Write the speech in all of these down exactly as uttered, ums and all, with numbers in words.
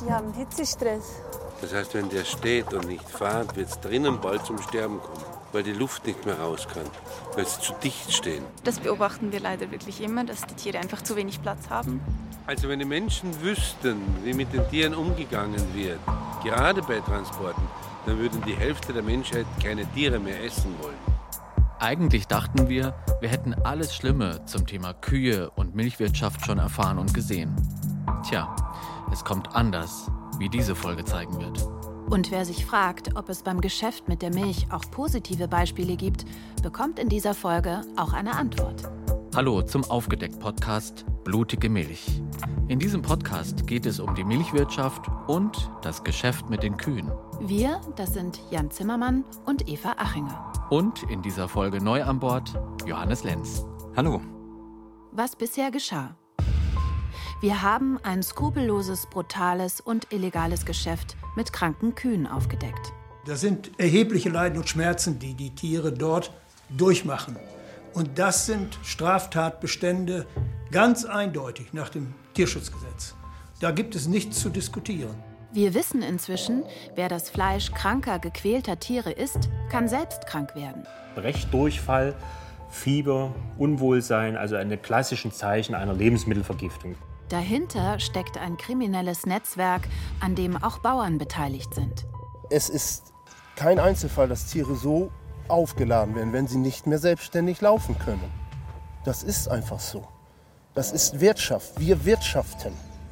Die haben Hitzestress. Das heißt, wenn der steht und nicht fährt, wird es drinnen bald zum Sterben kommen, weil die Luft nicht mehr raus kann, weil sie zu dicht stehen. Das beobachten wir leider wirklich immer, dass die Tiere einfach zu wenig Platz haben. Also wenn die Menschen wüssten, wie mit den Tieren umgegangen wird, gerade bei Transporten, dann würden die Hälfte der Menschheit keine Tiere mehr essen wollen. Eigentlich dachten wir, wir hätten alles Schlimme zum Thema Kühe und Milchwirtschaft schon erfahren und gesehen. Tja, es kommt anders, wie diese Folge zeigen wird. Und wer sich fragt, ob es beim Geschäft mit der Milch auch positive Beispiele gibt, bekommt in dieser Folge auch eine Antwort. Hallo zum Aufgedeckt-Podcast Blutige Milch. In diesem Podcast geht es um die Milchwirtschaft und das Geschäft mit den Kühen. Wir, das sind Jan Zimmermann und Eva Achinger. Und in dieser Folge neu an Bord Johannes Lenz. Hallo. Was bisher geschah? Wir haben ein skrupelloses, brutales und illegales Geschäft mit kranken Kühen aufgedeckt. Das sind erhebliche Leiden und Schmerzen, die die Tiere dort durchmachen. Und das sind Straftatbestände ganz eindeutig nach dem Tierschutzgesetz. Da gibt es nichts zu diskutieren. Wir wissen inzwischen, wer das Fleisch kranker, gequälter Tiere isst, kann selbst krank werden. Brechdurchfall, Fieber, Unwohlsein, also eine klassischen Zeichen einer Lebensmittelvergiftung. Dahinter steckt ein kriminelles Netzwerk, an dem auch Bauern beteiligt sind. Es ist kein Einzelfall, dass Tiere so aufgeladen werden, wenn sie nicht mehr selbstständig laufen können. Das ist einfach so. Das ist Wirtschaft. Wir wirtschaften.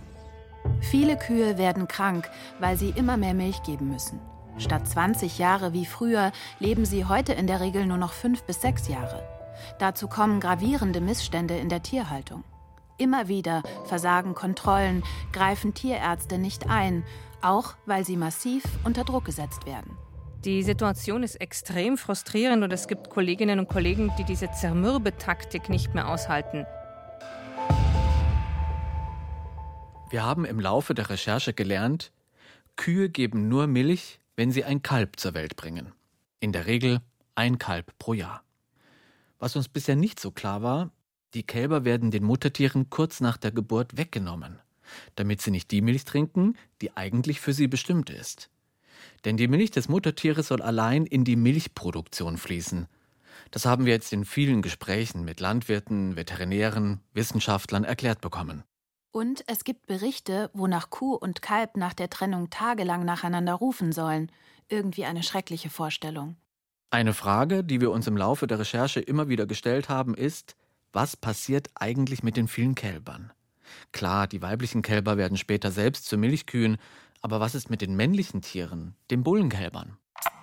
Viele Kühe werden krank, weil sie immer mehr Milch geben müssen. Statt zwanzig Jahre wie früher leben sie heute in der Regel nur noch fünf bis sechs Jahre. Dazu kommen gravierende Missstände in der Tierhaltung. Immer wieder versagen Kontrollen, greifen Tierärzte nicht ein, auch weil sie massiv unter Druck gesetzt werden. Die Situation ist extrem frustrierend und es gibt Kolleginnen und Kollegen, die diese Zermürbetaktik nicht mehr aushalten. Wir haben im Laufe der Recherche gelernt, Kühe geben nur Milch, wenn sie ein Kalb zur Welt bringen. In der Regel ein Kalb pro Jahr. Was uns bisher nicht so klar war, die Kälber werden den Muttertieren kurz nach der Geburt weggenommen, damit sie nicht die Milch trinken, die eigentlich für sie bestimmt ist. Denn die Milch des Muttertieres soll allein in die Milchproduktion fließen. Das haben wir jetzt in vielen Gesprächen mit Landwirten, Veterinären, Wissenschaftlern erklärt bekommen. Und es gibt Berichte, wonach Kuh und Kalb nach der Trennung tagelang nacheinander rufen sollen. Irgendwie eine schreckliche Vorstellung. Eine Frage, die wir uns im Laufe der Recherche immer wieder gestellt haben, ist, was passiert eigentlich mit den vielen Kälbern? Klar, die weiblichen Kälber werden später selbst zu Milchkühen, aber was ist mit den männlichen Tieren, den Bullenkälbern?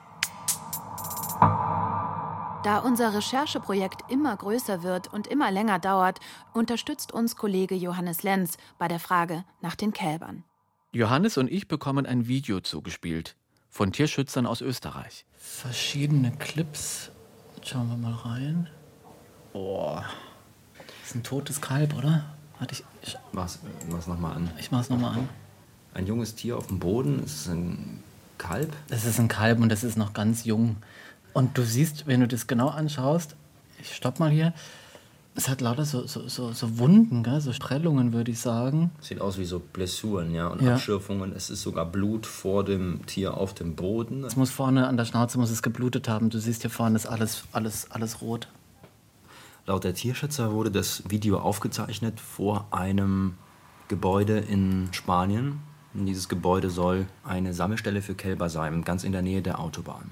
Da unser Rechercheprojekt immer größer wird und immer länger dauert, unterstützt uns Kollege Johannes Lenz bei der Frage nach den Kälbern. Johannes und ich bekommen ein Video zugespielt von Tierschützern aus Österreich. Verschiedene Clips. Schauen wir mal rein. Boah, das ist ein totes Kalb, oder? Warte, ich, ich Mach's, mach's nochmal an. Ich mach's nochmal an. Ein junges Tier auf dem Boden, ist es ein Kalb? Das ist ein Kalb und das ist noch ganz jung. Und du siehst, wenn du das genau anschaust, ich stopp mal hier, es hat lauter so, so, so, so Wunden, gell? So Prellungen, würde ich sagen. Sieht aus wie so Blessuren, ja, und ja. Abschürfungen. Es ist sogar Blut vor dem Tier auf dem Boden. Es muss vorne an der Schnauze muss es geblutet haben. Du siehst hier vorne ist alles, alles, alles rot. Laut der Tierschützer wurde das Video aufgezeichnet vor einem Gebäude in Spanien. Und dieses Gebäude soll eine Sammelstelle für Kälber sein, ganz in der Nähe der Autobahn.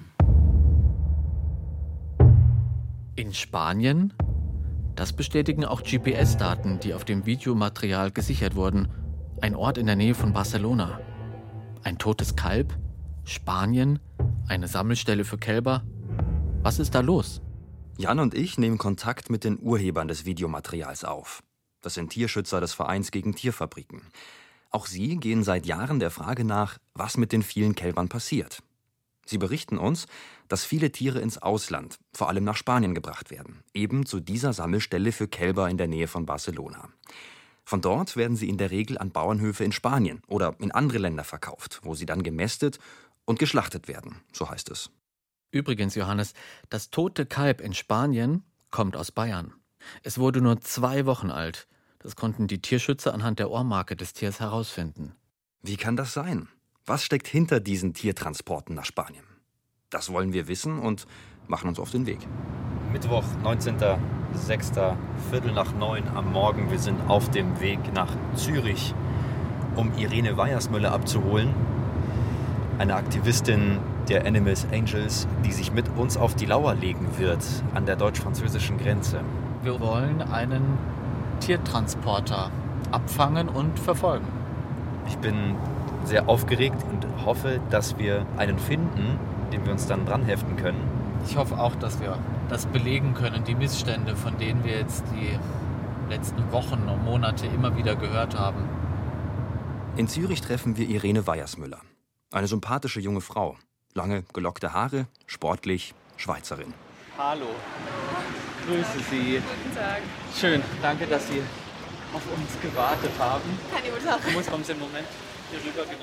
In Spanien? Das bestätigen auch G P S-Daten, die auf dem Videomaterial gesichert wurden. Ein Ort in der Nähe von Barcelona. Ein totes Kalb? Spanien? Eine Sammelstelle für Kälber? Was ist da los? Jan und ich nehmen Kontakt mit den Urhebern des Videomaterials auf. Das sind Tierschützer des Vereins gegen Tierfabriken. Auch sie gehen seit Jahren der Frage nach, was mit den vielen Kälbern passiert. Sie berichten uns, dass viele Tiere ins Ausland, vor allem nach Spanien, gebracht werden. Eben zu dieser Sammelstelle für Kälber in der Nähe von Barcelona. Von dort werden sie in der Regel an Bauernhöfe in Spanien oder in andere Länder verkauft, wo sie dann gemästet und geschlachtet werden, so heißt es. Übrigens, Johannes, das tote Kalb in Spanien kommt aus Bayern. Es wurde nur zwei Wochen alt. Das konnten die Tierschützer anhand der Ohrmarke des Tiers herausfinden. Wie kann das sein? Was steckt hinter diesen Tiertransporten nach Spanien? Das wollen wir wissen und machen uns auf den Weg. Mittwoch, neunzehnter sechster, Viertel nach neun am Morgen. Wir sind auf dem Weg nach Zürich, um Irene Weiersmüller abzuholen. Eine Aktivistin der Animals Angels, die sich mit uns auf die Lauer legen wird an der deutsch-französischen Grenze. Wir wollen einen Tiertransporter abfangen und verfolgen. Ich bin sehr aufgeregt und hoffe, dass wir einen finden, den wir uns dann dran heften können. Ich hoffe auch, dass wir das belegen können, die Missstände, von denen wir jetzt die letzten Wochen und Monate immer wieder gehört haben. In Zürich treffen wir Irene Weiersmüller. Eine sympathische junge Frau. Lange gelockte Haare, sportlich, Schweizerin. Hallo. Grüße Sie. Guten Tag. Schön, danke, dass Sie auf uns gewartet haben. Keine Ursache. Du musst kommen Sie im Moment hier rüber, genau.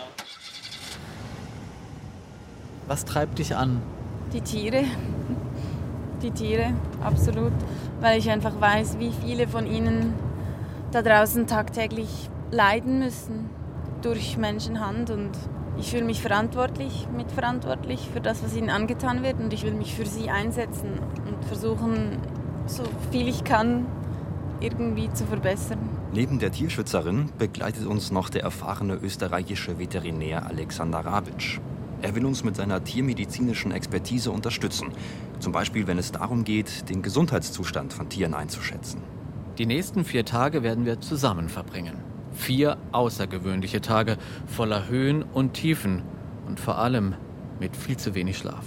Was treibt dich an? Die Tiere. Die Tiere, absolut. Weil ich einfach weiß, wie viele von ihnen da draußen tagtäglich leiden müssen durch Menschenhand. Und ich fühle mich verantwortlich, mitverantwortlich für das, was ihnen angetan wird. Und ich will mich für sie einsetzen und versuchen, so viel ich kann, irgendwie zu verbessern. Neben der Tierschützerin begleitet uns noch der erfahrene österreichische Veterinär Alexander Rabitsch. Er will uns mit seiner tiermedizinischen Expertise unterstützen. Zum Beispiel, wenn es darum geht, den Gesundheitszustand von Tieren einzuschätzen. Die nächsten vier Tage werden wir zusammen verbringen. Vier außergewöhnliche Tage voller Höhen und Tiefen und vor allem mit viel zu wenig Schlaf.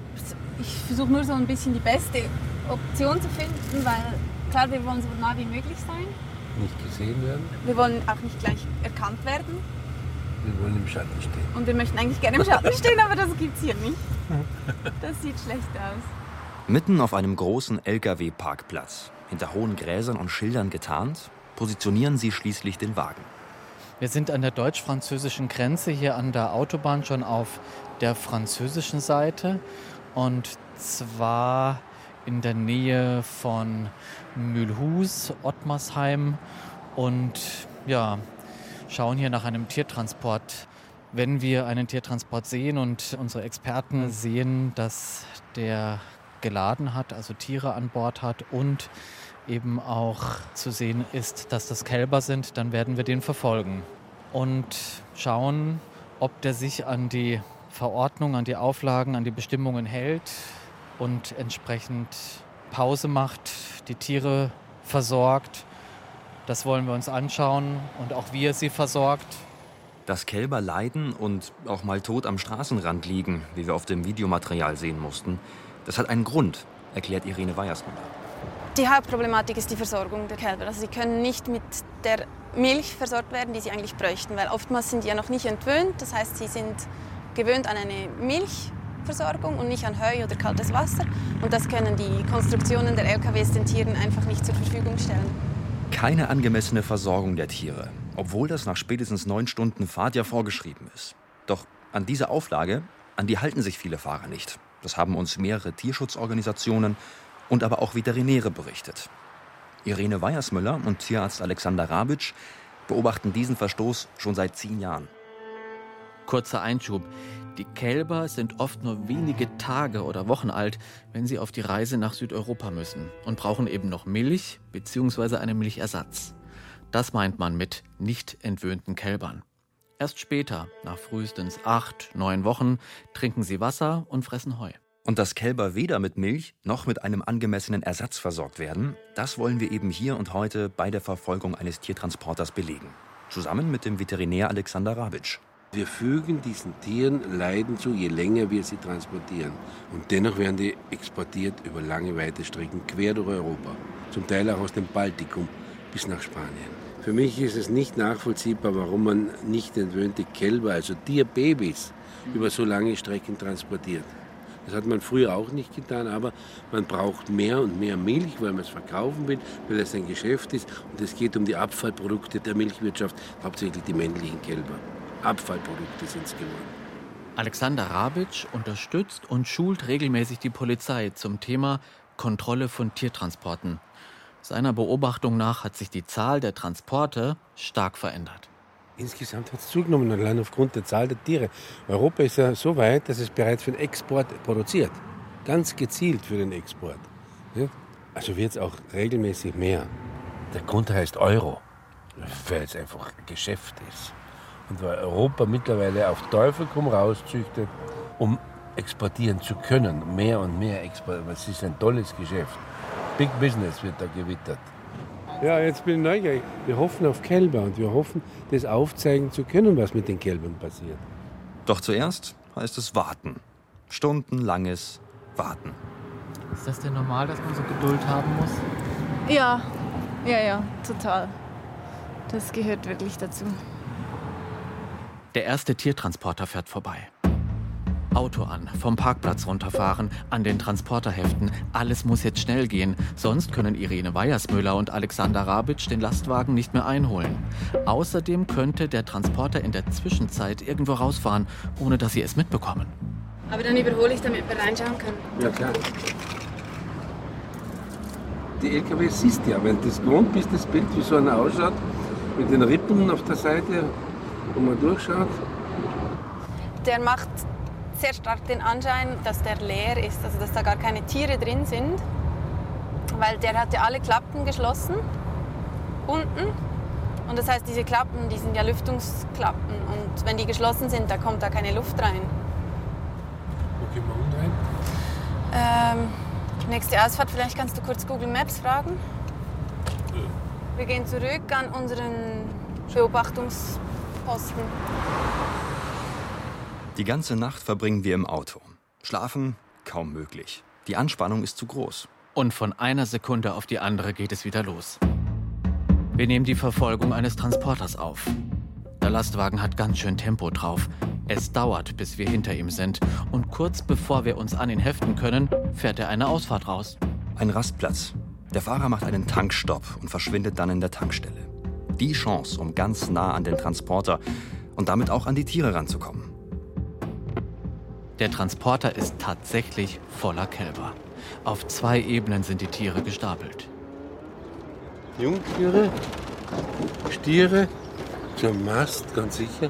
Ich versuche nur so ein bisschen die beste Option zu finden, weil klar, wir wollen so nah wie möglich sein. Nicht gesehen werden. Wir wollen auch nicht gleich erkannt werden. Wir wollen im Schatten stehen. Und wir möchten eigentlich gerne im Schatten stehen, aber das gibt's hier nicht. Das sieht schlecht aus. Mitten auf einem großen L K W-Parkplatz, hinter hohen Gräsern und Schildern getarnt, positionieren sie schließlich den Wagen. Wir sind an der deutsch-französischen Grenze hier an der Autobahn schon auf der französischen Seite. Und zwar in der Nähe von Mülhus, Ottmarsheim und ja, schauen hier nach einem Tiertransport. Wenn wir einen Tiertransport sehen und unsere Experten sehen, dass der geladen hat, also Tiere an Bord hat und eben auch zu sehen ist, dass das Kälber sind, dann werden wir den verfolgen und schauen, ob der sich an die Verordnung, an die Auflagen, an die Bestimmungen hält und entsprechend Pause macht, die Tiere versorgt. Das wollen wir uns anschauen und auch wie er sie versorgt. Dass Kälber leiden und auch mal tot am Straßenrand liegen, wie wir auf dem Videomaterial sehen mussten, das hat einen Grund, erklärt Irene Weiersmüller. Die Hauptproblematik ist die Versorgung der Kälber. Also sie können nicht mit der Milch versorgt werden, die sie eigentlich bräuchten, weil oftmals sind die ja noch nicht entwöhnt. Das heißt, sie sind gewöhnt an eine Milchversorgung und nicht an Heu oder kaltes Wasser. Und das können die Konstruktionen der L K Ws den Tieren einfach nicht zur Verfügung stellen. Keine angemessene Versorgung der Tiere, obwohl das nach spätestens neun Stunden Fahrt ja vorgeschrieben ist. Doch an diese Auflage, an die halten sich viele Fahrer nicht. Das haben uns mehrere Tierschutzorganisationen und aber auch Veterinäre berichtet. Irene Weiersmüller und Tierarzt Alexander Rabitsch beobachten diesen Verstoß schon seit zehn Jahren. Kurzer Einschub. Die Kälber sind oft nur wenige Tage oder Wochen alt, wenn sie auf die Reise nach Südeuropa müssen und brauchen eben noch Milch bzw. einen Milchersatz. Das meint man mit nicht entwöhnten Kälbern. Erst später, nach frühestens acht, neun Wochen, trinken sie Wasser und fressen Heu. Und dass Kälber weder mit Milch noch mit einem angemessenen Ersatz versorgt werden, das wollen wir eben hier und heute bei der Verfolgung eines Tiertransporters belegen. Zusammen mit dem Veterinär Alexander Rabitsch. Wir fügen diesen Tieren Leiden zu, je länger wir sie transportieren. Und dennoch werden die exportiert über lange, weite Strecken quer durch Europa. Zum Teil auch aus dem Baltikum bis nach Spanien. Für mich ist es nicht nachvollziehbar, warum man nicht entwöhnte Kälber, also Tierbabys, über so lange Strecken transportiert. Das hat man früher auch nicht getan, aber man braucht mehr und mehr Milch, weil man es verkaufen will, weil es ein Geschäft ist. Und es geht um die Abfallprodukte der Milchwirtschaft, hauptsächlich die männlichen Kälber. Abfallprodukte sind es geworden. Alexander Rabitsch unterstützt und schult regelmäßig die Polizei zum Thema Kontrolle von Tiertransporten. Seiner Beobachtung nach hat sich die Zahl der Transporte stark verändert. Insgesamt hat es zugenommen, allein aufgrund der Zahl der Tiere. Europa ist ja so weit, dass es bereits für den Export produziert. Ganz gezielt für den Export. Ja? Also wird es auch regelmäßig mehr. Der Grund heißt Euro, weil es einfach ein Geschäft ist. Und weil Europa mittlerweile auf Teufel komm raus züchtet, um exportieren zu können. Mehr und mehr exportieren. Es ist ein tolles Geschäft. Big Business wird da gewittert. Ja, jetzt bin ich neugierig. Wir hoffen auf Kälber und wir hoffen, das aufzeigen zu können, was mit den Kälbern passiert. Doch zuerst heißt es warten. Stundenlanges Warten. Ist das denn normal, dass man so Geduld haben muss? Ja, ja, ja, total. Das gehört wirklich dazu. Der erste Tiertransporter fährt vorbei. Auto an, vom Parkplatz runterfahren, an den Transporter heften. Alles muss jetzt schnell gehen, sonst können Irene Weiersmüller und Alexander Rabitsch den Lastwagen nicht mehr einholen. Außerdem könnte der Transporter in der Zwischenzeit irgendwo rausfahren, ohne dass sie es mitbekommen. Aber dann überhole ich, damit wir reinschauen können. Ja, klar. Die L K Ws siehst du ja, wenn du das gewohnt bist, das Bild, wie so einer ausschaut, mit den Rippen auf der Seite, wo man durchschaut. Der macht sehr stark den Anschein, dass der leer ist, also dass da gar keine Tiere drin sind, weil der hat ja alle Klappen geschlossen, unten. Und das heißt, diese Klappen, die sind ja Lüftungsklappen und wenn die geschlossen sind, da kommt da keine Luft rein. Wo gehen wir unten rein? Ähm, nächste Ausfahrt, vielleicht kannst du kurz Google Maps fragen. Ja. Wir gehen zurück an unseren Beobachtungsposten. Die ganze Nacht verbringen wir im Auto. Schlafen kaum möglich. Die Anspannung ist zu groß. Und von einer Sekunde auf die andere geht es wieder los. Wir nehmen die Verfolgung eines Transporters auf. Der Lastwagen hat ganz schön Tempo drauf. Es dauert, bis wir hinter ihm sind. Und kurz bevor wir uns an ihn heften können, fährt er eine Ausfahrt raus. Ein Rastplatz. Der Fahrer macht einen Tankstopp und verschwindet dann in der Tankstelle. Die Chance, um ganz nah an den Transporter und damit auch an die Tiere ranzukommen. Der Transporter ist tatsächlich voller Kälber. Auf zwei Ebenen sind die Tiere gestapelt. Jungtiere, Stiere, zum Mast, ganz sicher.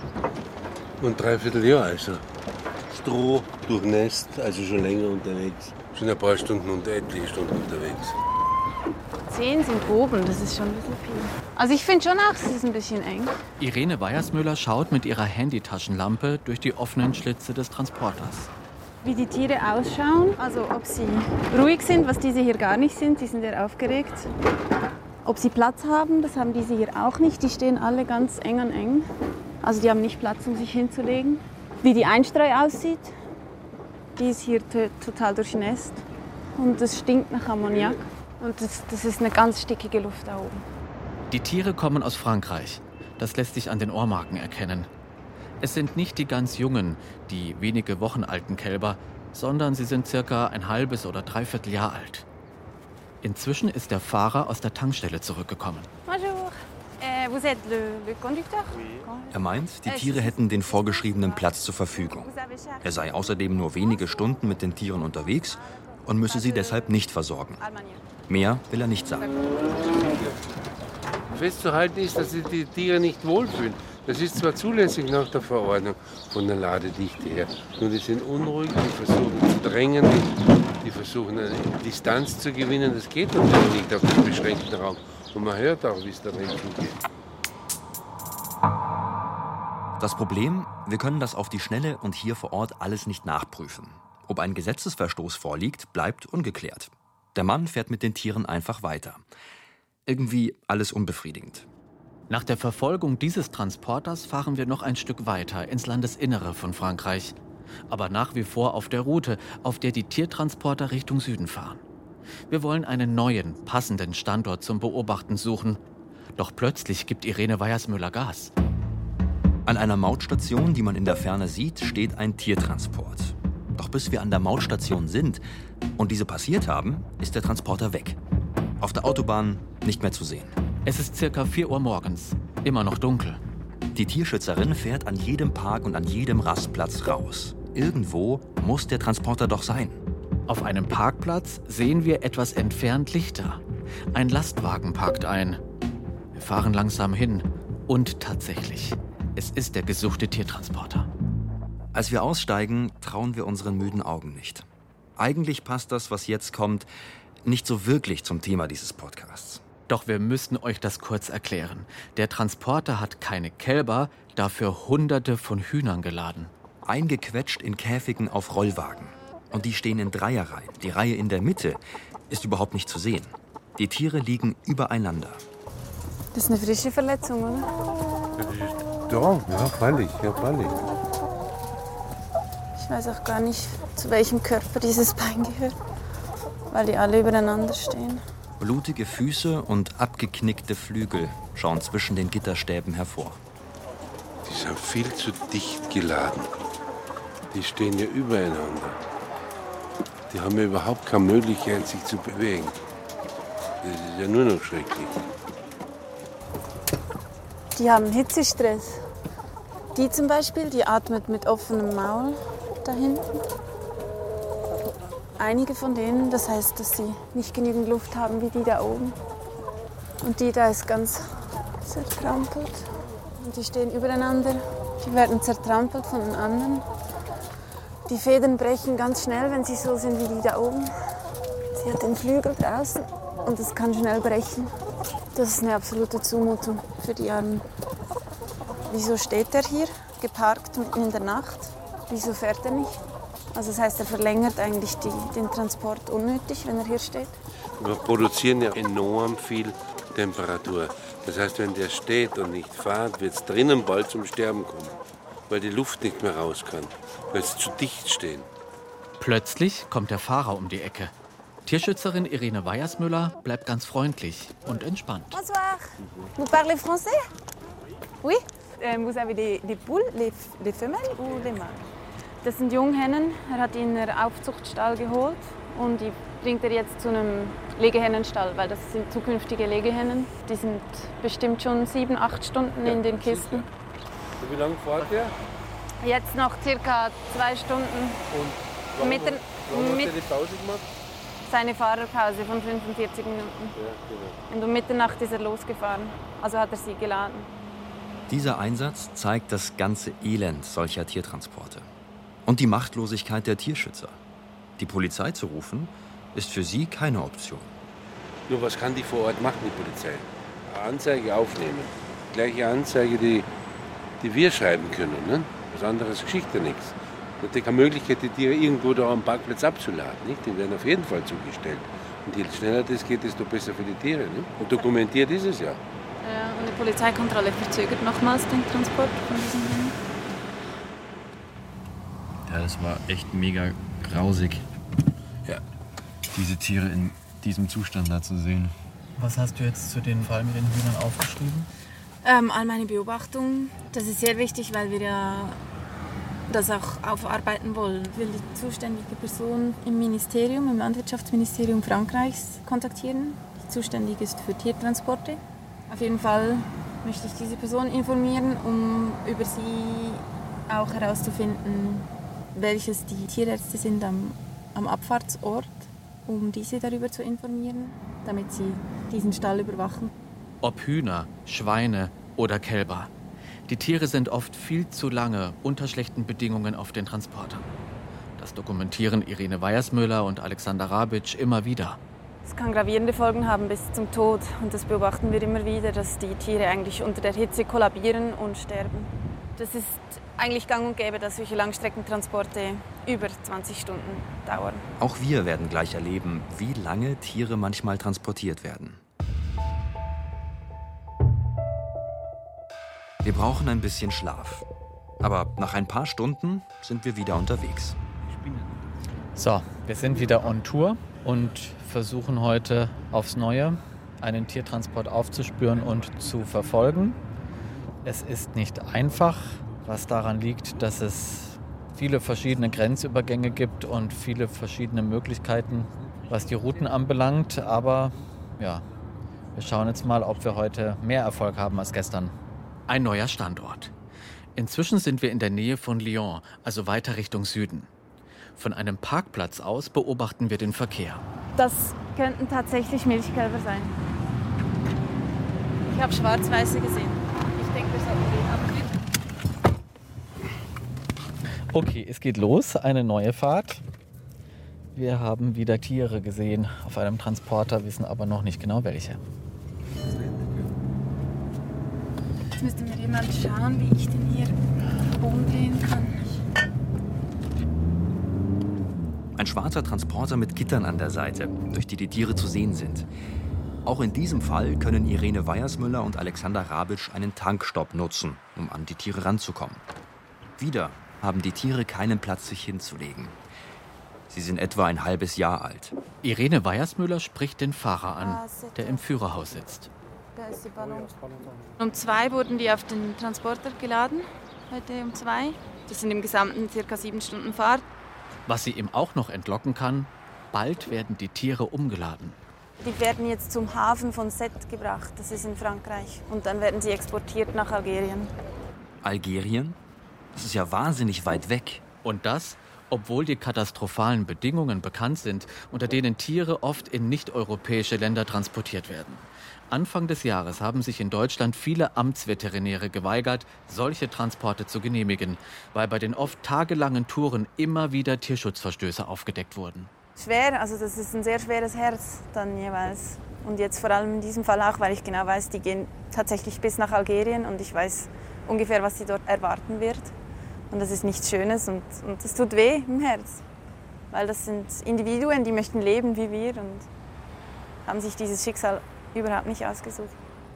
Und dreiviertel Jahr also. Stroh, durchnässt, also schon länger unterwegs. Schon ein paar Stunden und etliche Stunden unterwegs. Zehn sind oben, das ist schon ein bisschen viel. Also ich finde schon auch, es ist ein bisschen eng. Irene Weiersmüller schaut mit ihrer Handytaschenlampe durch die offenen Schlitze des Transporters. Wie die Tiere ausschauen, also ob sie ruhig sind, was diese hier gar nicht sind, die sind sehr aufgeregt. Ob sie Platz haben, das haben diese hier auch nicht, die stehen alle ganz eng an eng. Also die haben nicht Platz, um sich hinzulegen. Wie die Einstreu aussieht, die ist hier total durchnässt und es stinkt nach Ammoniak. Und das, das ist eine ganz stickige Luft da oben. Die Tiere kommen aus Frankreich. Das lässt sich an den Ohrmarken erkennen. Es sind nicht die ganz jungen, die wenige Wochen alten Kälber, sondern sie sind circa ein halbes oder dreiviertel Jahr alt. Inzwischen ist der Fahrer aus der Tankstelle zurückgekommen. Bonjour. Euh, vous êtes le, le conducteur? Er meint, die Tiere hätten den vorgeschriebenen Platz zur Verfügung. Er sei außerdem nur wenige Stunden mit den Tieren unterwegs und müsse sie deshalb nicht versorgen. Mehr will er nicht sagen. Festzuhalten ist, dass sich die Tiere nicht wohlfühlen. Das ist zwar zulässig nach der Verordnung von der Ladedichte her, nur die sind unruhig, die versuchen zu drängen, die, die versuchen eine Distanz zu gewinnen. Das geht natürlich nicht auf dem beschränkten Raum. Und man hört auch, wie es da drin zugeht. Das Problem, wir können das auf die Schnelle und hier vor Ort alles nicht nachprüfen. Ob ein Gesetzesverstoß vorliegt, bleibt ungeklärt. Der Mann fährt mit den Tieren einfach weiter. Irgendwie alles unbefriedigend. Nach der Verfolgung dieses Transporters fahren wir noch ein Stück weiter ins Landesinnere von Frankreich. Aber nach wie vor auf der Route, auf der die Tiertransporter Richtung Süden fahren. Wir wollen einen neuen, passenden Standort zum Beobachten suchen. Doch plötzlich gibt Irene Weiersmüller Gas. An einer Mautstation, die man in der Ferne sieht, steht ein Tiertransport. Doch bis wir an der Mautstation sind und diese passiert haben, ist der Transporter weg. Auf der Autobahn nicht mehr zu sehen. Es ist circa vier Uhr morgens, immer noch dunkel. Die Tierschützerin fährt an jedem Park und an jedem Rastplatz raus. Irgendwo muss der Transporter doch sein. Auf einem Parkplatz sehen wir etwas entfernt Lichter. Ein Lastwagen parkt ein. Wir fahren langsam hin. Und tatsächlich, es ist der gesuchte Tiertransporter. Als wir aussteigen, trauen wir unseren müden Augen nicht. Eigentlich passt das, was jetzt kommt, nicht so wirklich zum Thema dieses Podcasts. Doch wir müssen euch das kurz erklären. Der Transporter hat keine Kälber, dafür Hunderte von Hühnern geladen. Eingequetscht in Käfigen auf Rollwagen. Und die stehen in Dreierreihen. Die Reihe in der Mitte ist überhaupt nicht zu sehen. Die Tiere liegen übereinander. Das ist eine frische Verletzung, oder? Doch, ja, freilich, ja, freilich. Ich weiß auch gar nicht, zu welchem Körper dieses Bein gehört, weil die alle übereinander stehen. Blutige Füße und abgeknickte Flügel schauen zwischen den Gitterstäben hervor. Die sind viel zu dicht geladen. Die stehen ja übereinander. Die haben ja überhaupt keine Möglichkeit, sich zu bewegen. Das ist ja nur noch schrecklich. Die haben Hitzestress. Die zum Beispiel, die atmet mit offenem Maul da hinten. Einige von denen, das heißt, dass sie nicht genügend Luft haben wie die da oben. Und die da ist ganz zertrampelt. Und die stehen übereinander. Die werden zertrampelt von den anderen. Die Federn brechen ganz schnell, wenn sie so sind wie die da oben. Sie hat den Flügel draußen und es kann schnell brechen. Das ist eine absolute Zumutung für die Armen. Wieso steht er hier, geparkt mitten in der Nacht? Wieso fährt er nicht? Also das heißt, er verlängert eigentlich die, den Transport unnötig, wenn er hier steht. Wir produzieren ja enorm viel Temperatur. Das heißt, wenn der steht und nicht fährt, wird es drinnen bald zum Sterben kommen. Weil die Luft nicht mehr raus kann, weil sie zu dicht stehen. Plötzlich kommt der Fahrer um die Ecke. Tierschützerin Irene Weiersmüller bleibt ganz freundlich und entspannt. Bonsoir. Vous parlez français? Oui. Euh, vous avez des, des poules, les, les femelles ou les mâles? Das sind Junghennen. Er hat die in einen Aufzuchtstall geholt und die bringt er jetzt zu einem Legehennenstall, weil das sind zukünftige Legehennen. Die sind bestimmt schon sieben, acht Stunden ja, in den Kisten. Und wie lange fährt der? Jetzt noch circa zwei Stunden. Und warum, mit, den, warum mit hat er die Pause gemacht? Seine Fahrerpause von fünfundvierzig Minuten. Ja, genau. Und um Mitternacht ist er losgefahren. Also hat er sie geladen. Dieser Einsatz zeigt das ganze Elend solcher Tiertransporte. Und die Machtlosigkeit der Tierschützer. Die Polizei zu rufen, ist für sie keine Option. Nur was kann die vor Ort machen, die Polizei? Eine Anzeige aufnehmen. Gleiche Anzeige, die, die wir schreiben können. Ne? Was anderes geschieht ja nichts. Es hat keine Möglichkeit, die Tiere irgendwo da am Parkplatz abzuladen. Nicht? Die werden auf jeden Fall zugestellt. Und je schneller das geht, desto besser für die Tiere. Nicht? Und dokumentiert ist es ja. Ja, und die Polizeikontrolle verzögert nochmals den Transport von diesen Dingen. Ja, das war echt mega grausig, ja. diese Tiere in diesem Zustand da zu sehen. Was hast du jetzt zu den Fall mit den Hühnern aufgeschrieben? Ähm, all meine Beobachtungen. Das ist sehr wichtig, weil wir ja das auch aufarbeiten wollen. Ich will die zuständige Person im Ministerium, im Landwirtschaftsministerium Frankreichs kontaktieren, die zuständig ist für Tiertransporte. Auf jeden Fall möchte ich diese Person informieren, um über sie auch herauszufinden, welches die Tierärzte sind am, am Abfahrtsort, um diese darüber zu informieren, damit sie diesen Stall überwachen. Ob Hühner, Schweine oder Kälber. Die Tiere sind oft viel zu lange unter schlechten Bedingungen auf den Transportern. Das dokumentieren Irene Weiersmüller und Alexander Rabitsch immer wieder. Es kann gravierende Folgen haben bis zum Tod. Und das beobachten wir immer wieder, dass die Tiere eigentlich unter der Hitze kollabieren und sterben. Das ist eigentlich gang und gäbe, dass solche Langstreckentransporte über zwanzig Stunden dauern. Auch wir werden gleich erleben, wie lange Tiere manchmal transportiert werden. Wir brauchen ein bisschen Schlaf. Aber nach ein paar Stunden sind wir wieder unterwegs. So, wir sind wieder on Tour und versuchen heute aufs Neue einen Tiertransport aufzuspüren und zu verfolgen. Es ist nicht einfach, was daran liegt, dass es viele verschiedene Grenzübergänge gibt und viele verschiedene Möglichkeiten, was die Routen anbelangt. Aber ja, wir schauen jetzt mal, ob wir heute mehr Erfolg haben als gestern. Ein neuer Standort. Inzwischen sind wir in der Nähe von Lyon, also weiter Richtung Süden. Von einem Parkplatz aus beobachten wir den Verkehr. Das könnten tatsächlich Milchkälber sein. Ich habe Schwarz-Weiße gesehen. Ich denke Okay, es geht los, eine neue Fahrt. Wir haben wieder Tiere gesehen auf einem Transporter, wissen aber noch nicht genau welche. Jetzt müsste mir jemand schauen, wie ich den hier umdrehen kann. Ein schwarzer Transporter mit Gittern an der Seite, durch die die Tiere zu sehen sind. Auch in diesem Fall können Irene Weiersmüller und Alexander Rabitsch einen Tankstopp nutzen, um an die Tiere ranzukommen. Wieder haben die Tiere keinen Platz, sich hinzulegen. Sie sind etwa ein halbes Jahr alt. Irene Weiersmüller spricht den Fahrer an, der im Führerhaus sitzt. Da ist die Ballon. Um zwei wurden die auf den Transporter geladen, heute um zwei. Das sind im Gesamten circa sieben Stunden Fahrt. Was sie ihm auch noch entlocken kann, bald werden die Tiere umgeladen. Die werden jetzt zum Hafen von Sète gebracht, das ist in Frankreich. Und dann werden sie exportiert nach Algerien. Algerien? Das ist ja wahnsinnig weit weg. Und das, obwohl die katastrophalen Bedingungen bekannt sind, unter denen Tiere oft in nicht-europäische Länder transportiert werden. Anfang des Jahres haben sich in Deutschland viele Amtsveterinäre geweigert, solche Transporte zu genehmigen, weil bei den oft tagelangen Touren immer wieder Tierschutzverstöße aufgedeckt wurden. Schwer, also das ist ein sehr schweres Herz dann jeweils. Und jetzt vor allem in diesem Fall auch, weil ich genau weiß, die gehen tatsächlich bis nach Algerien und ich weiß ungefähr, was sie dort erwarten wird. Und das ist nichts Schönes und, und das tut weh im Herz. Weil das sind Individuen, die möchten leben wie wir und haben sich dieses Schicksal überhaupt nicht ausgesucht.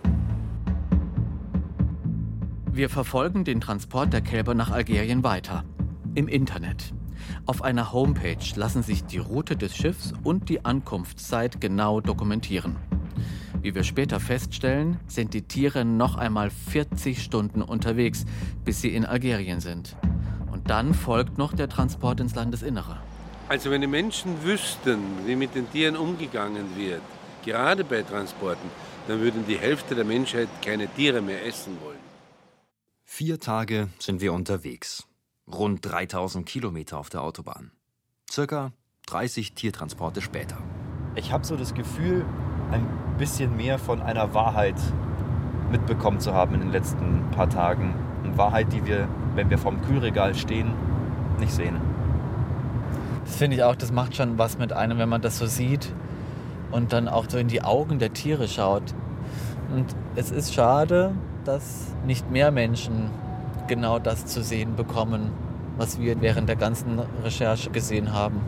Wir verfolgen den Transport der Kälber nach Algerien weiter. Im Internet. Auf einer Homepage lassen sich die Route des Schiffs und die Ankunftszeit genau dokumentieren. Wie wir später feststellen, sind die Tiere noch einmal vierzig Stunden unterwegs, bis sie in Algerien sind. Und dann folgt noch der Transport ins Landesinnere. Also wenn die Menschen wüssten, wie mit den Tieren umgegangen wird, gerade bei Transporten, dann würden die Hälfte der Menschheit keine Tiere mehr essen wollen. Vier Tage sind wir unterwegs. Rund dreitausend Kilometer auf der Autobahn. Circa dreißig Tiertransporte später. Ich habe so das Gefühl, ein bisschen mehr von einer Wahrheit mitbekommen zu haben in den letzten paar Tagen. Eine Wahrheit, die wir, wenn wir vorm Kühlregal stehen, nicht sehen. Das finde ich auch, das macht schon was mit einem, wenn man das so sieht und dann auch so in die Augen der Tiere schaut. Und es ist schade, dass nicht mehr Menschen genau das zu sehen bekommen, was wir während der ganzen Recherche gesehen haben.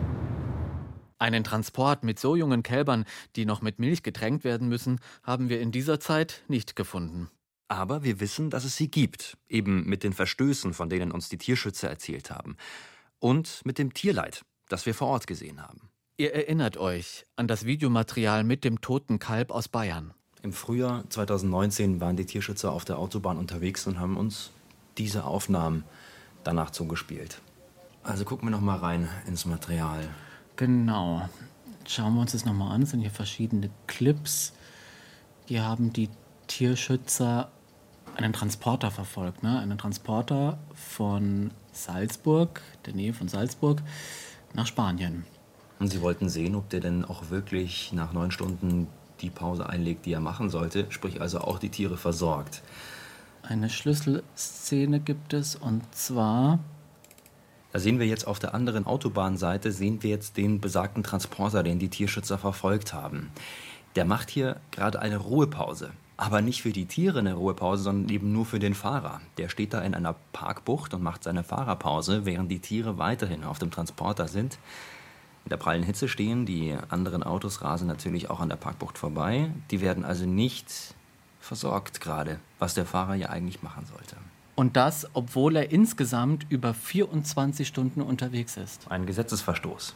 Einen Transport mit so jungen Kälbern, die noch mit Milch getränkt werden müssen, haben wir in dieser Zeit nicht gefunden. Aber wir wissen, dass es sie gibt, eben mit den Verstößen, von denen uns die Tierschützer erzählt haben. Und mit dem Tierleid, das wir vor Ort gesehen haben. Ihr erinnert euch an das Videomaterial mit dem toten Kalb aus Bayern. Im Frühjahr zweitausendneunzehn waren die Tierschützer auf der Autobahn unterwegs und haben uns diese Aufnahmen danach zugespielt. Also gucken wir noch mal rein ins Material. Genau. Schauen wir uns das nochmal an. Es sind hier verschiedene Clips. Hier haben die Tierschützer einen Transporter verfolgt. Ne? Einen Transporter von Salzburg, der Nähe von Salzburg, nach Spanien. Und sie wollten sehen, ob der denn auch wirklich nach neun Stunden die Pause einlegt, die er machen sollte. Sprich also auch die Tiere versorgt. Eine Schlüsselszene gibt es, und zwar... Da sehen wir jetzt auf der anderen Autobahnseite, sehen wir jetzt den besagten Transporter, den die Tierschützer verfolgt haben. Der macht hier gerade eine Ruhepause. Aber nicht für die Tiere eine Ruhepause, sondern eben nur für den Fahrer. Der steht da in einer Parkbucht und macht seine Fahrerpause, während die Tiere weiterhin auf dem Transporter sind. In der prallen Hitze stehen, die anderen Autos rasen natürlich auch an der Parkbucht vorbei. Die werden also nicht versorgt gerade, was der Fahrer ja eigentlich machen sollte. Und das, obwohl er insgesamt über vierundzwanzig Stunden unterwegs ist. Ein Gesetzesverstoß.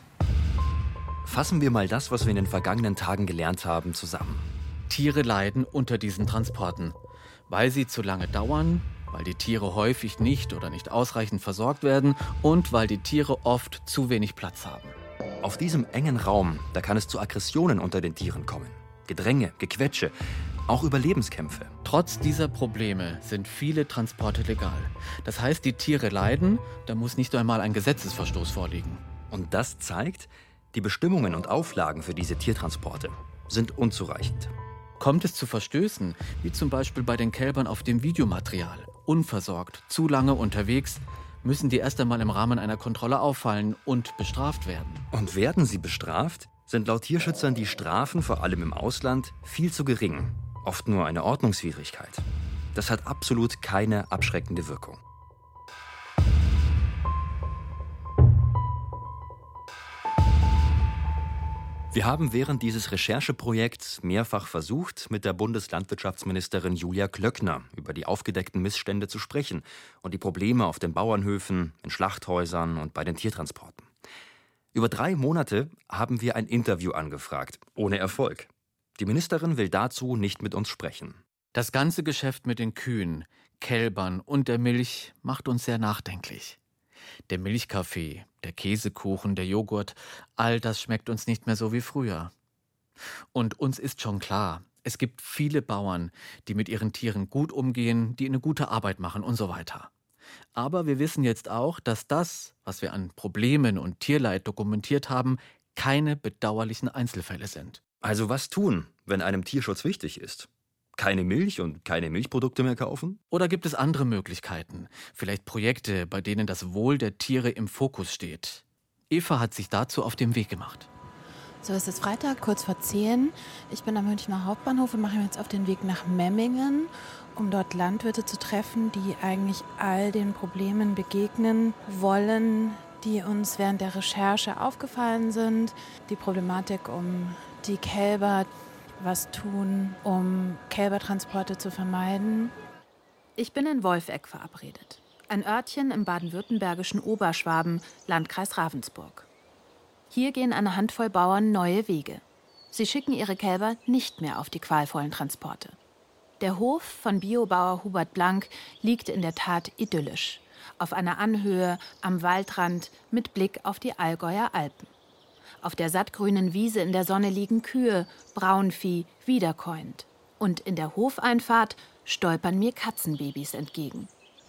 Fassen wir mal das, was wir in den vergangenen Tagen gelernt haben, zusammen. Tiere leiden unter diesen Transporten, weil sie zu lange dauern, weil die Tiere häufig nicht oder nicht ausreichend versorgt werden und weil die Tiere oft zu wenig Platz haben. Auf diesem engen Raum, da kann es zu Aggressionen unter den Tieren kommen. Gedränge, Gequetsche, auch Überlebenskämpfe. Trotz dieser Probleme sind viele Transporte legal. Das heißt, die Tiere leiden, da muss nicht einmal ein Gesetzesverstoß vorliegen. Und das zeigt, die Bestimmungen und Auflagen für diese Tiertransporte sind unzureichend. Kommt es zu Verstößen, wie zum Beispiel bei den Kälbern auf dem Videomaterial, unversorgt, zu lange unterwegs, müssen die erst einmal im Rahmen einer Kontrolle auffallen und bestraft werden. Und werden sie bestraft, sind laut Tierschützern die Strafen, vor allem im Ausland, viel zu gering. Oft nur eine Ordnungswidrigkeit. Das hat absolut keine abschreckende Wirkung. Wir haben während dieses Rechercheprojekts mehrfach versucht, mit der Bundeslandwirtschaftsministerin Julia Klöckner über die aufgedeckten Missstände zu sprechen und die Probleme auf den Bauernhöfen, in Schlachthäusern und bei den Tiertransporten. Über drei Monate haben wir ein Interview angefragt, ohne Erfolg. Die Ministerin will dazu nicht mit uns sprechen. Das ganze Geschäft mit den Kühen, Kälbern und der Milch macht uns sehr nachdenklich. Der Milchkaffee, der Käsekuchen, der Joghurt, all das schmeckt uns nicht mehr so wie früher. Und uns ist schon klar, es gibt viele Bauern, die mit ihren Tieren gut umgehen, die eine gute Arbeit machen und so weiter. Aber wir wissen jetzt auch, dass das, was wir an Problemen und Tierleid dokumentiert haben, keine bedauerlichen Einzelfälle sind. Also was tun, wenn einem Tierschutz wichtig ist? Keine Milch und keine Milchprodukte mehr kaufen? Oder gibt es andere Möglichkeiten? Vielleicht Projekte, bei denen das Wohl der Tiere im Fokus steht. Eva hat sich dazu auf den Weg gemacht. So, es ist Freitag, kurz vor zehn. Ich bin am Münchner Hauptbahnhof und mache mich jetzt auf den Weg nach Memmingen, um dort Landwirte zu treffen, die eigentlich all den Problemen begegnen wollen, die uns während der Recherche aufgefallen sind. Die Problematik um die Kälber, was tun, um Kälbertransporte zu vermeiden. Ich bin in Wolfegg verabredet. Ein Örtchen im baden-württembergischen Oberschwaben, Landkreis Ravensburg. Hier gehen eine Handvoll Bauern neue Wege. Sie schicken ihre Kälber nicht mehr auf die qualvollen Transporte. Der Hof von Biobauer Hubert Blank liegt in der Tat idyllisch. Auf einer Anhöhe, am Waldrand, mit Blick auf die Allgäuer Alpen. Auf der sattgrünen Wiese in der Sonne liegen Kühe, Braunvieh, wiederkäuend. Und in der Hofeinfahrt stolpern mir Katzenbabys entgegen.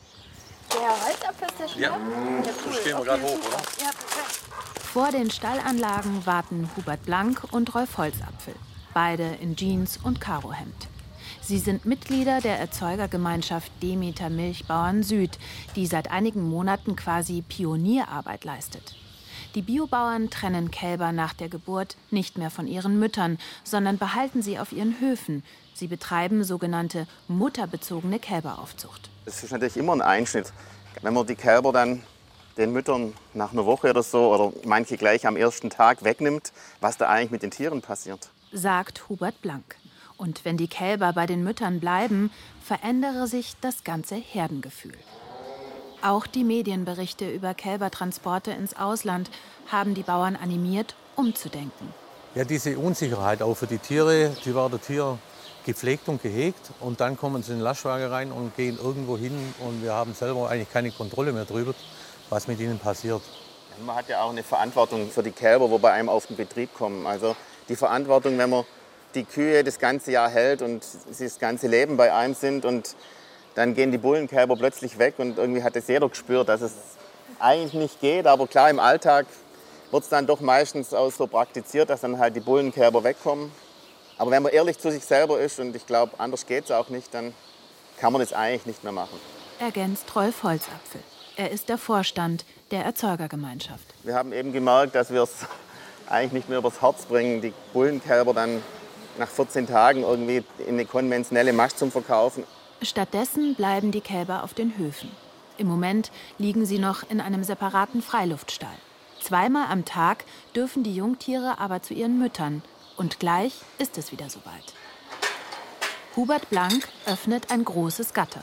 Der Holzapfel ist der Schnee? Ja, da stehen wir gerade hoch, oder? Ja, perfekt. Vor den Stallanlagen warten Hubert Blank und Rolf Holzapfel. Beide in Jeans und Karohemd. Sie sind Mitglieder der Erzeugergemeinschaft Demeter Milchbauern Süd, die seit einigen Monaten quasi Pionierarbeit leistet. Die Biobauern trennen Kälber nach der Geburt nicht mehr von ihren Müttern, sondern behalten sie auf ihren Höfen. Sie betreiben sogenannte mutterbezogene Kälberaufzucht. Es ist natürlich immer ein Einschnitt, wenn man die Kälber dann den Müttern nach einer Woche oder so oder manche gleich am ersten Tag wegnimmt, was da eigentlich mit den Tieren passiert. Sagt Hubert Blank. Und wenn die Kälber bei den Müttern bleiben, verändere sich das ganze Herdengefühl. Auch die Medienberichte über Kälbertransporte ins Ausland haben die Bauern animiert, umzudenken. Ja, diese Unsicherheit auch für die Tiere, die werden Tiere gepflegt und gehegt und dann kommen sie in den Lastwagen rein und gehen irgendwo hin und wir haben selber eigentlich keine Kontrolle mehr drüber, was mit ihnen passiert. Man hat ja auch eine Verantwortung für die Kälber, wo bei einem auf den Betrieb kommen. Also die Verantwortung, wenn man die Kühe das ganze Jahr hält und sie das ganze Leben bei einem sind und dann gehen die Bullenkälber plötzlich weg und irgendwie hat das jeder gespürt, dass es eigentlich nicht geht. Aber klar, im Alltag wird es dann doch meistens auch so praktiziert, dass dann halt die Bullenkälber wegkommen. Aber wenn man ehrlich zu sich selber ist, und ich glaube, anders geht es auch nicht, dann kann man das eigentlich nicht mehr machen. Ergänzt Rolf Holzapfel. Er ist der Vorstand der Erzeugergemeinschaft. Wir haben eben gemerkt, dass wir es eigentlich nicht mehr übers Herz bringen, die Bullenkälber dann nach vierzehn Tagen irgendwie in eine konventionelle Mast zum Verkaufen. Stattdessen bleiben die Kälber auf den Höfen. Im Moment liegen sie noch in einem separaten Freiluftstall. Zweimal am Tag dürfen die Jungtiere aber zu ihren Müttern. Und gleich ist es wieder soweit. Hubert Blank öffnet ein großes Gatter.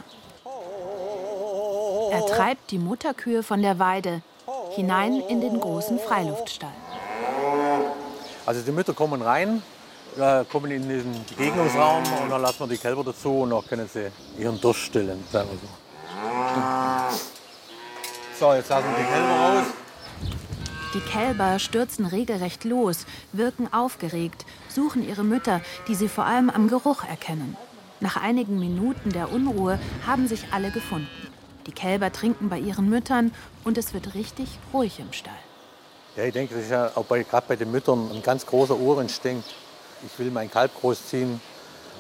Er treibt die Mutterkühe von der Weide hinein in den großen Freiluftstall. Also die Mütter kommen rein, äh, kommen in den Begegnungsraum und dann lassen wir die Kälber dazu und dann können sie ihren Durst stillen. Sagen wir so. So, jetzt lassen wir die Kälber raus. Die Kälber stürzen regelrecht los, wirken aufgeregt, suchen ihre Mütter, die sie vor allem am Geruch erkennen. Nach einigen Minuten der Unruhe haben sich alle gefunden. Die Kälber trinken bei ihren Müttern und es wird richtig ruhig im Stall. Ja, ich denke, das ist ja auch bei, gerade bei den Müttern ein ganz großer Urinstinkt. Ich will mein Kalb großziehen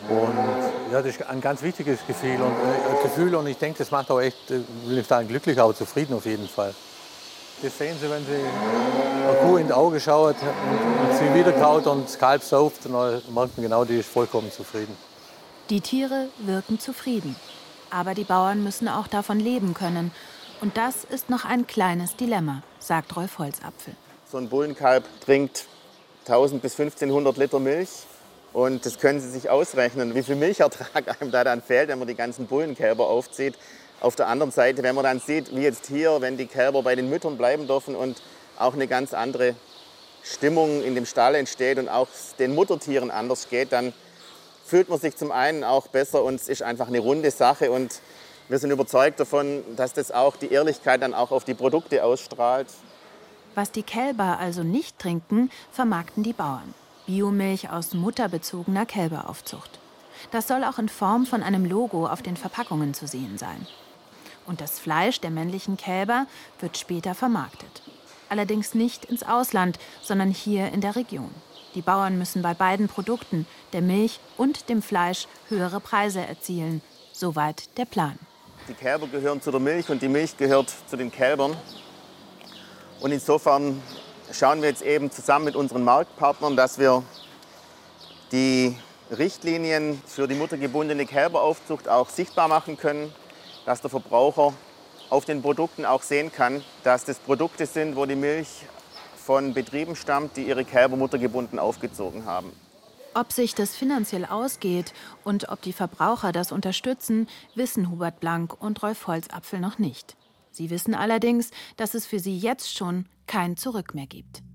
Und ja, das ist ein ganz wichtiges Gefühl und, äh, Gefühl und ich denke, das macht auch echt, äh, will nicht sagen glücklich, aber zufrieden auf jeden Fall. Das sehen Sie, wenn Sie eine Kuh in die Augen schaut und, und sie wieder kaut und das Kalb sauft, dann merkt man genau, die ist vollkommen zufrieden. Die Tiere wirken zufrieden. Aber die Bauern müssen auch davon leben können. Und das ist noch ein kleines Dilemma, sagt Rolf Holzapfel. So ein Bullenkalb trinkt tausend bis fünfzehnhundert Liter Milch. Und das können Sie sich ausrechnen, wie viel Milchertrag einem da dann fehlt, wenn man die ganzen Bullenkälber aufzieht. Auf der anderen Seite, wenn man dann sieht, wie jetzt hier, wenn die Kälber bei den Müttern bleiben dürfen und auch eine ganz andere Stimmung in dem Stall entsteht und auch den Muttertieren anders geht, dann fühlt man sich zum einen auch besser und es ist einfach eine runde Sache. Und wir sind überzeugt davon, dass das auch die Ehrlichkeit dann auch auf die Produkte ausstrahlt. Was die Kälber also nicht trinken, vermarkten die Bauern. Biomilch aus mutterbezogener Kälberaufzucht. Das soll auch in Form von einem Logo auf den Verpackungen zu sehen sein. Und das Fleisch der männlichen Kälber wird später vermarktet. Allerdings nicht ins Ausland, sondern hier in der Region. Die Bauern müssen bei beiden Produkten, der Milch und dem Fleisch, höhere Preise erzielen. Soweit der Plan. Die Kälber gehören zu der Milch und die Milch gehört zu den Kälbern. Und insofern schauen wir jetzt eben zusammen mit unseren Marktpartnern, dass wir die Richtlinien für die muttergebundene Kälberaufzucht auch sichtbar machen können, dass der Verbraucher auf den Produkten auch sehen kann, dass das Produkte sind, wo die Milch von Betrieben stammt, die ihre Kälber muttergebunden aufgezogen haben. Ob sich das finanziell ausgeht und ob die Verbraucher das unterstützen, wissen Hubert Blank und Rolf Holzapfel noch nicht. Sie wissen allerdings, dass es für sie jetzt schon kein Zurück mehr gibt.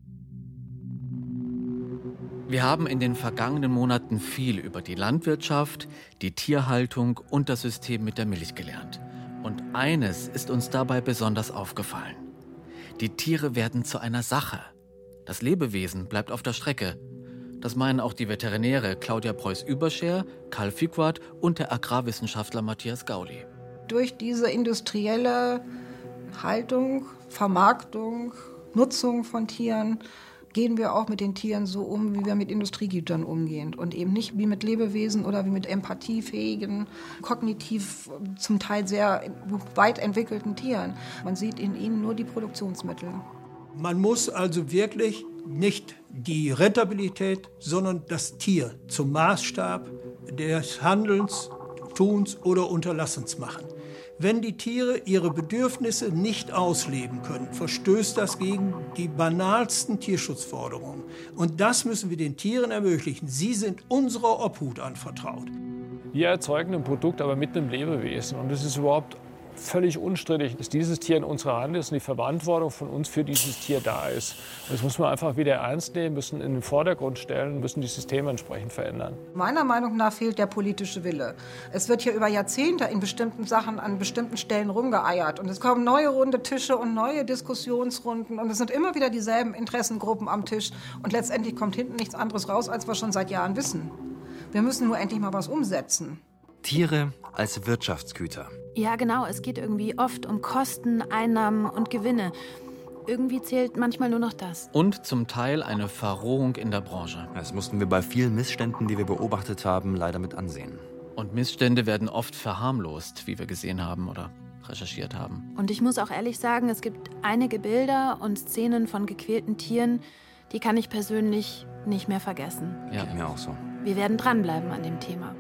Wir haben in den vergangenen Monaten viel über die Landwirtschaft, die Tierhaltung und das System mit der Milch gelernt. Und eines ist uns dabei besonders aufgefallen. Die Tiere werden zu einer Sache. Das Lebewesen bleibt auf der Strecke. Das meinen auch die Veterinäre Claudia Preuß-Überscher, Karl Fickwart und der Agrarwissenschaftler Matthias Gauli. Durch diese industrielle Haltung, Vermarktung, Nutzung von Tieren gehen wir auch mit den Tieren so um, wie wir mit Industriegütern umgehen. Und eben nicht wie mit Lebewesen oder wie mit empathiefähigen, kognitiv zum Teil sehr weit entwickelten Tieren. Man sieht in ihnen nur die Produktionsmittel. Man muss also wirklich nicht die Rentabilität, sondern das Tier zum Maßstab des Handelns, Tuns oder Unterlassens machen. Wenn die Tiere ihre Bedürfnisse nicht ausleben können, verstößt das gegen die banalsten Tierschutzforderungen. Und das müssen wir den Tieren ermöglichen. Sie sind unserer Obhut anvertraut. Wir erzeugen ein Produkt, aber mit einem Lebewesen. Und es ist überhaupt völlig unstrittig, dass dieses Tier in unserer Hand ist und die Verantwortung von uns für dieses Tier da ist. Und das muss man einfach wieder ernst nehmen, müssen in den Vordergrund stellen, müssen die Systeme entsprechend verändern. Meiner Meinung nach fehlt der politische Wille. Es wird hier über Jahrzehnte in bestimmten Sachen an bestimmten Stellen rumgeeiert. Und es kommen neue runde Tische und neue Diskussionsrunden. Und es sind immer wieder dieselben Interessengruppen am Tisch. Und letztendlich kommt hinten nichts anderes raus, als wir schon seit Jahren wissen. Wir müssen nur endlich mal was umsetzen. Tiere als Wirtschaftsgüter. Ja, genau. Es geht irgendwie oft um Kosten, Einnahmen und Gewinne. Irgendwie zählt manchmal nur noch das. Und zum Teil eine Verrohung in der Branche. Das mussten wir bei vielen Missständen, die wir beobachtet haben, leider mit ansehen. Und Missstände werden oft verharmlost, wie wir gesehen haben oder recherchiert haben. Und ich muss auch ehrlich sagen, es gibt einige Bilder und Szenen von gequälten Tieren, die kann ich persönlich nicht mehr vergessen. Ja, mir auch so. Wir werden dranbleiben an dem Thema.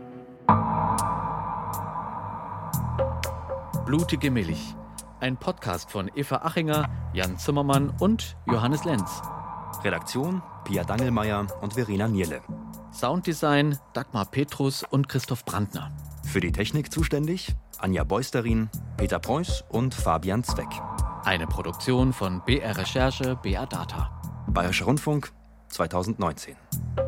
Blutige Milch. Ein Podcast von Eva Achinger, Jan Zimmermann und Johannes Lenz. Redaktion Pia Dangelmeier und Verena Nierle. Sounddesign Dagmar Petrus und Christoph Brandner. Für die Technik zuständig Anja Beusterin, Peter Preuß und Fabian Zweck. Eine Produktion von B R Recherche, B R Data. Bayerischer Rundfunk zweitausendneunzehn.